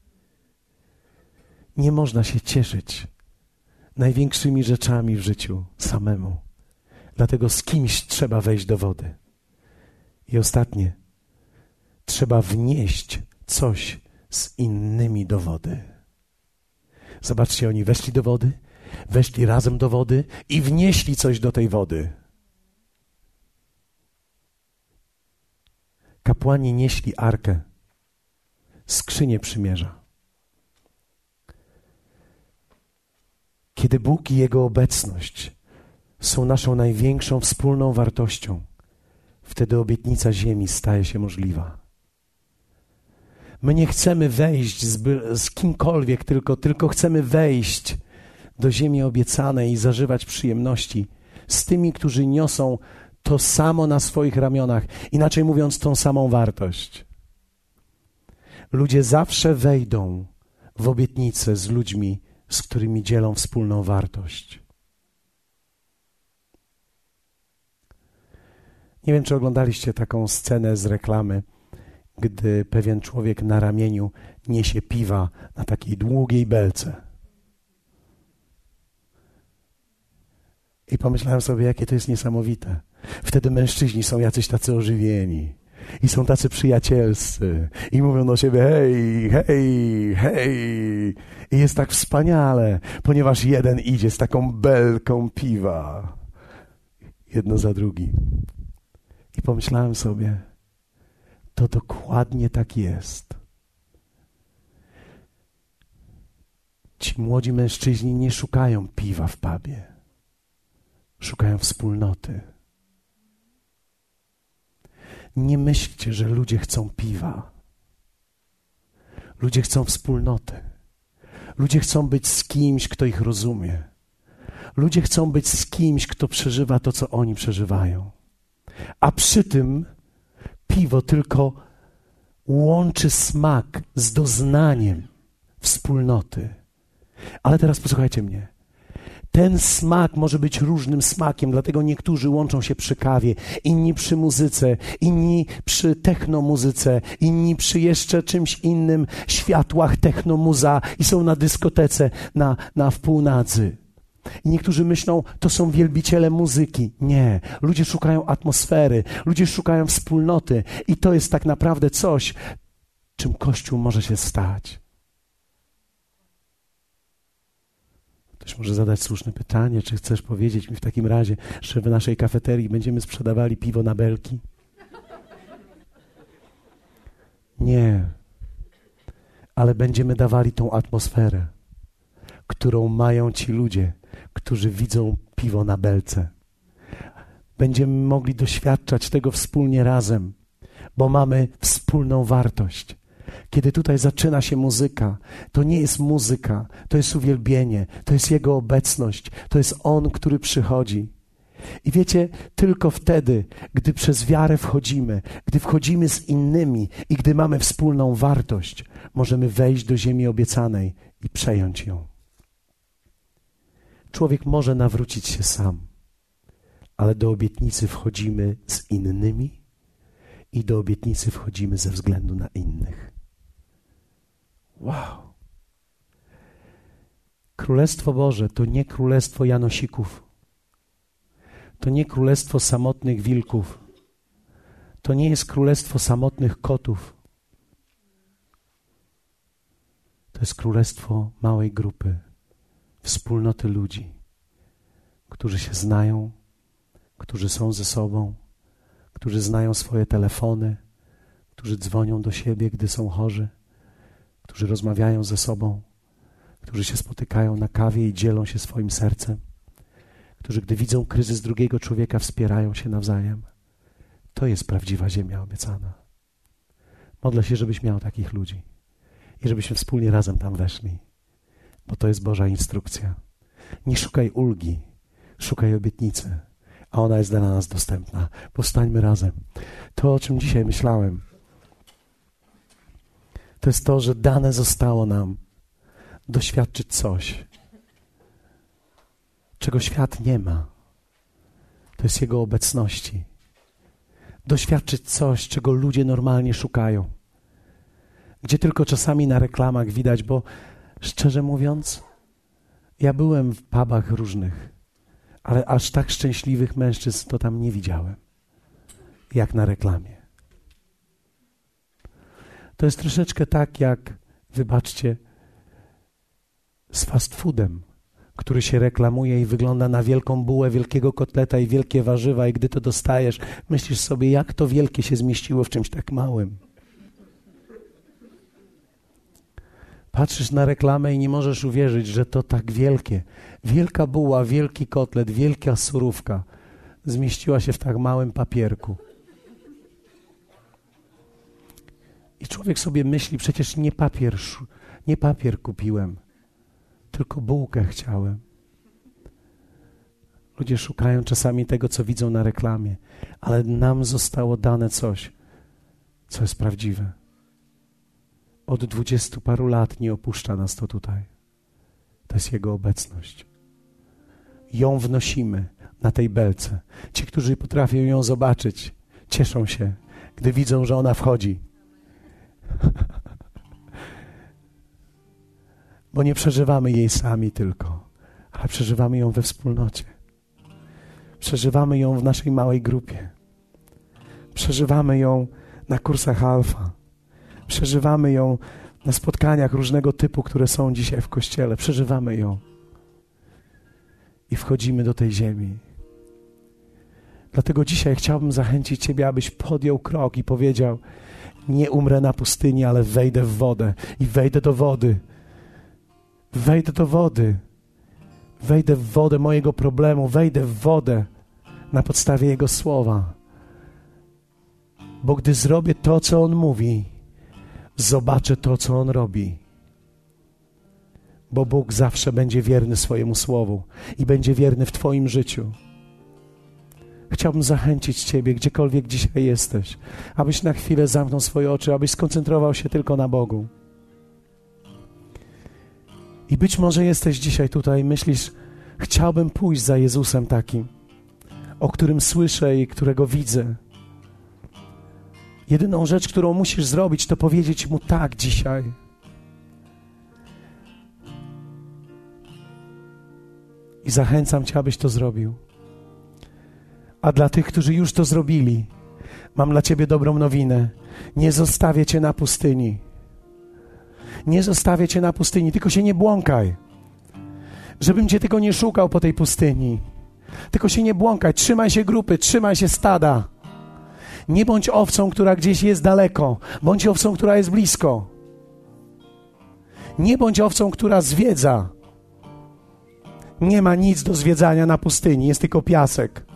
Nie można się cieszyć największymi rzeczami w życiu samemu. Dlatego z kimś trzeba wejść do wody. I ostatnie, trzeba wnieść coś z innymi do wody. Zobaczcie, oni weszli do wody, weszli razem do wody i wnieśli coś do tej wody. Kapłani nieśli arkę, skrzynię przymierza. Kiedy Bóg i Jego obecność są naszą największą wspólną wartością, wtedy obietnica ziemi staje się możliwa. My nie chcemy wejść z, z kimkolwiek, tylko, tylko chcemy wejść do ziemi obiecanej i zażywać przyjemności z tymi, którzy niosą to samo na swoich ramionach, inaczej mówiąc, tą samą wartość. Ludzie zawsze wejdą w obietnicę z ludźmi, z którymi dzielą wspólną wartość. Nie wiem, czy oglądaliście taką scenę z reklamy, gdy pewien człowiek na ramieniu niesie piwa na takiej długiej belce. I pomyślałem sobie, jakie to jest niesamowite. Wtedy mężczyźni są jacyś tacy ożywieni i są tacy przyjacielscy i mówią do siebie hej, hej, hej. I jest tak wspaniale, ponieważ jeden idzie z taką belką piwa. Jedno za drugim. I pomyślałem sobie, to dokładnie tak jest. Ci młodzi mężczyźni nie szukają piwa w pubie. Szukają wspólnoty. Nie myślcie, że ludzie chcą piwa. Ludzie chcą wspólnoty. Ludzie chcą być z kimś, kto ich rozumie. Ludzie chcą być z kimś, kto przeżywa to, co oni przeżywają. A przy tym piwo tylko łączy smak z doznaniem wspólnoty. Ale teraz posłuchajcie mnie. Ten smak może być różnym smakiem, dlatego niektórzy łączą się przy kawie, inni przy muzyce, inni przy technomuzyce, inni przy jeszcze czymś innym, światłach technomuza i są na dyskotece na, na wpółnadzy. I niektórzy myślą, to są wielbiciele muzyki. Nie. Ludzie szukają atmosfery, ludzie szukają wspólnoty i to jest tak naprawdę coś, czym Kościół może się stać. Ktoś może zadać słuszne pytanie, czy chcesz powiedzieć mi w takim razie, że w naszej kafeterii będziemy sprzedawali piwo na belki? Nie. Ale będziemy dawali tą atmosferę, którą mają ci ludzie, którzy widzą piwo na belce. Będziemy mogli doświadczać tego wspólnie razem, bo mamy wspólną wartość. Kiedy tutaj zaczyna się muzyka, to nie jest muzyka, to jest uwielbienie, to jest Jego obecność, to jest On, który przychodzi. I wiecie, tylko wtedy, gdy przez wiarę wchodzimy, gdy wchodzimy z innymi i gdy mamy wspólną wartość, możemy wejść do ziemi obiecanej i przejąć ją. Człowiek może nawrócić się sam, ale do obietnicy wchodzimy z innymi i do obietnicy wchodzimy ze względu na innych. Wow. Królestwo Boże to nie królestwo Janosików. To nie królestwo samotnych wilków. To nie jest królestwo samotnych kotów. To jest królestwo małej grupy, wspólnoty ludzi, którzy się znają, którzy są ze sobą, którzy znają swoje telefony, którzy dzwonią do siebie, gdy są chorzy, którzy rozmawiają ze sobą, którzy się spotykają na kawie i dzielą się swoim sercem, którzy gdy widzą kryzys drugiego człowieka, wspierają się nawzajem. To jest prawdziwa ziemia obiecana. Modlę się, żebyś miał takich ludzi i żebyśmy wspólnie razem tam weszli, bo to jest Boża instrukcja. Nie szukaj ulgi, szukaj obietnicy, a ona jest dla nas dostępna. Powstańmy razem. To, o czym dzisiaj myślałem, to jest to, że dane zostało nam doświadczyć coś, czego świat nie ma. To jest Jego obecności. Doświadczyć coś, czego ludzie normalnie szukają. Gdzie tylko czasami na reklamach widać, bo szczerze mówiąc, ja byłem w pubach różnych, ale aż tak szczęśliwych mężczyzn to tam nie widziałem, jak na reklamie. To jest troszeczkę tak, jak, wybaczcie, z fast foodem, który się reklamuje i wygląda na wielką bułę, wielkiego kotleta i wielkie warzywa i gdy to dostajesz, myślisz sobie, jak to wielkie się zmieściło w czymś tak małym. Patrzysz na reklamę i nie możesz uwierzyć, że to tak wielkie. Wielka buła, wielki kotlet, wielka surówka zmieściła się w tak małym papierku. I człowiek sobie myśli, przecież nie papier, nie papier kupiłem, tylko bułkę chciałem. Ludzie szukają czasami tego, co widzą na reklamie, ale nam zostało dane coś, co jest prawdziwe. Od dwudziestu paru lat nie opuszcza nas to tutaj. To jest Jego obecność. Ją wnosimy na tej belce. Ci, którzy potrafią ją zobaczyć, cieszą się, gdy widzą, że ona wchodzi. Bo nie przeżywamy jej sami tylko, ale przeżywamy ją we wspólnocie. Przeżywamy ją w naszej małej grupie. Przeżywamy ją na kursach alfa. Przeżywamy ją na spotkaniach różnego typu, które są dzisiaj w Kościele. Przeżywamy ją. I wchodzimy do tej ziemi. Dlatego dzisiaj chciałbym zachęcić Ciebie, abyś podjął krok i powiedział: nie umrę na pustyni, ale wejdę w wodę. I wejdę do wody. Wejdę do wody. Wejdę w wodę mojego problemu. Wejdę w wodę na podstawie Jego słowa. Bo gdy zrobię to, co On mówi, zobaczę to, co On robi. Bo Bóg zawsze będzie wierny swojemu słowu i będzie wierny w Twoim życiu. Chciałbym zachęcić Ciebie, gdziekolwiek dzisiaj jesteś, abyś na chwilę zamknął swoje oczy, abyś skoncentrował się tylko na Bogu. I być może jesteś dzisiaj tutaj i myślisz: chciałbym pójść za Jezusem takim, o którym słyszę i którego widzę. Jedyną rzecz, którą musisz zrobić, to powiedzieć Mu tak dzisiaj. I zachęcam Cię, abyś to zrobił. A dla tych, którzy już to zrobili, mam dla Ciebie dobrą nowinę. Nie zostawię Cię na pustyni. Nie zostawię Cię na pustyni, tylko się nie błąkaj. Żebym Cię tylko nie szukał po tej pustyni. Tylko się nie błąkaj, trzymaj się grupy, trzymaj się stada. Nie bądź owcą, która gdzieś jest daleko. Bądź owcą, która jest blisko. Nie bądź owcą, która zwiedza. Nie ma nic do zwiedzania na pustyni, jest tylko piasek.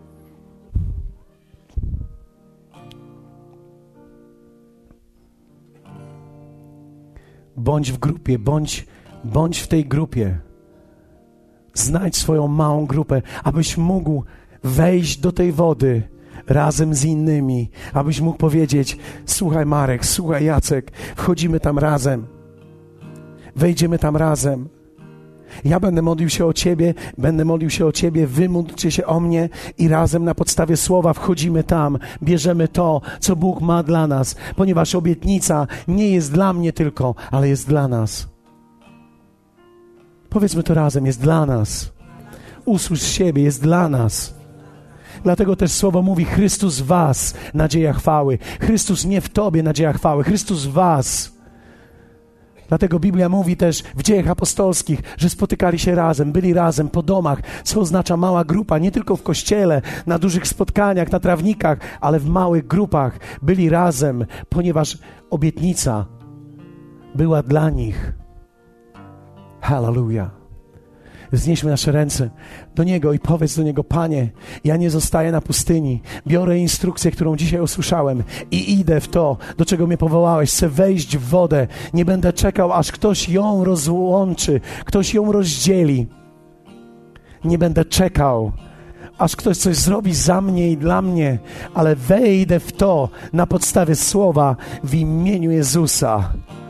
Bądź w grupie, bądź, bądź w tej grupie. Znajdź swoją małą grupę, abyś mógł wejść do tej wody razem z innymi, abyś mógł powiedzieć: słuchaj Marek, słuchaj Jacek, wchodzimy tam razem, wejdziemy tam razem. Ja będę modlił się o Ciebie, będę modlił się o Ciebie, wy módlcie się o mnie i razem na podstawie słowa wchodzimy tam, bierzemy to, co Bóg ma dla nas, ponieważ obietnica nie jest dla mnie tylko, ale jest dla nas. Powiedzmy to razem: jest dla nas. Usłysz siebie, jest dla nas. Dlatego też słowo mówi: Chrystus w was, nadzieja chwały. Chrystus nie w tobie, nadzieja chwały. Chrystus w was. Dlatego Biblia mówi też w Dziejach Apostolskich, że spotykali się razem, byli razem po domach, co oznacza mała grupa, nie tylko w kościele, na dużych spotkaniach, na trawnikach, ale w małych grupach byli razem, ponieważ obietnica była dla nich. Hallelujah. Wznieśmy nasze ręce do Niego i powiedz do Niego: Panie, ja nie zostaję na pustyni. Biorę instrukcję, którą dzisiaj usłyszałem i idę w to, do czego mnie powołałeś. Chcę wejść w wodę. Nie będę czekał, aż ktoś ją rozłączy, ktoś ją rozdzieli. Nie będę czekał, aż ktoś coś zrobi za mnie i dla mnie, ale wejdę w to na podstawie słowa w imieniu Jezusa.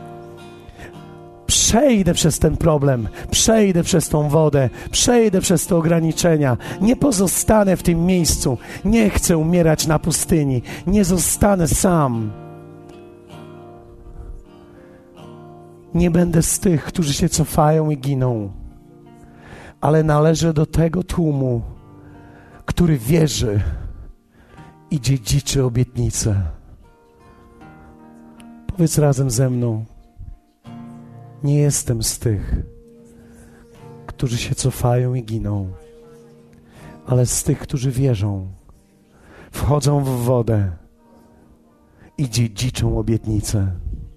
Przejdę przez ten problem, przejdę przez tą wodę, przejdę przez te ograniczenia. Nie pozostanę w tym miejscu. Nie chcę umierać na pustyni. Nie zostanę sam. Nie będę z tych, którzy się cofają i giną, ale należę do tego tłumu, który wierzy i dziedziczy obietnicę. Powiedz razem ze mną: nie jestem z tych, którzy się cofają i giną, ale z tych, którzy wierzą, wchodzą w wodę i dziedziczą obietnicę.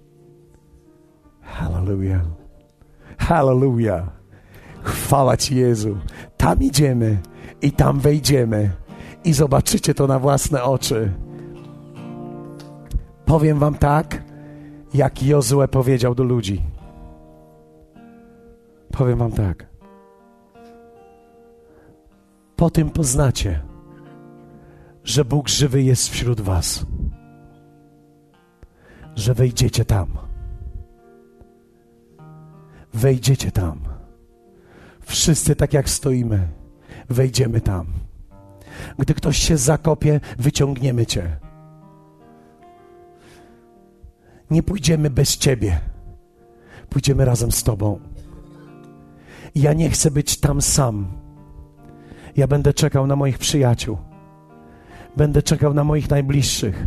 Hallelujah. Hallelujah. Chwała Ci, Jezu. Tam idziemy i tam wejdziemy i zobaczycie to na własne oczy. Powiem wam tak, jak Jozue powiedział do ludzi. Powiem wam tak. Po tym poznacie, że Bóg żywy jest wśród was. Że wejdziecie tam. Wejdziecie tam. Wszyscy tak jak stoimy, wejdziemy tam. Gdy ktoś się zakopie, wyciągniemy cię. Nie pójdziemy bez ciebie. Pójdziemy razem z tobą. Ja nie chcę być tam sam. Ja będę czekał na moich przyjaciół. Będę czekał na moich najbliższych.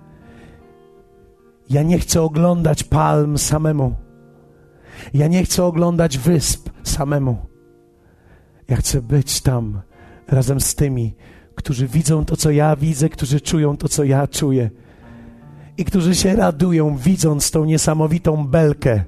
Ja nie chcę oglądać palm samemu. Ja nie chcę oglądać wysp samemu. Ja chcę być tam razem z tymi, którzy widzą to, co ja widzę, którzy czują to, co ja czuję i którzy się radują, widząc tą niesamowitą belkę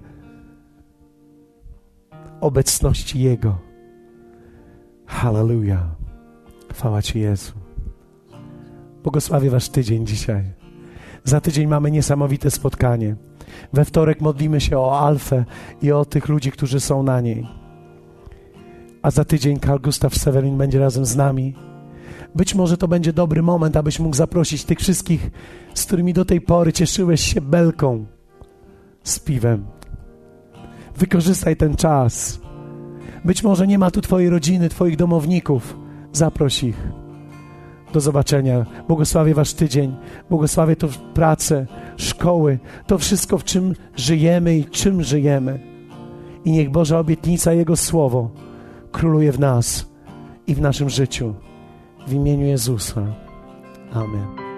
obecności Jego. Hallelujah. Chwała Ci, Jezu. Błogosławię Wasz tydzień dzisiaj. Za tydzień mamy niesamowite spotkanie. We wtorek modlimy się o Alfę i o tych ludzi, którzy są na niej. A za tydzień Carl Gustav Sewelin będzie razem z nami. Być może to będzie dobry moment, abyś mógł zaprosić tych wszystkich, z którymi do tej pory cieszyłeś się belką z piwem. Wykorzystaj ten czas. Być może nie ma tu Twojej rodziny, Twoich domowników. Zaproś ich. Do zobaczenia. Błogosławię Wasz tydzień. Błogosławię to pracę, szkoły, to wszystko, w czym żyjemy i czym żyjemy. I niech Boża obietnica, Jego Słowo króluje w nas i w naszym życiu. W imieniu Jezusa. Amen.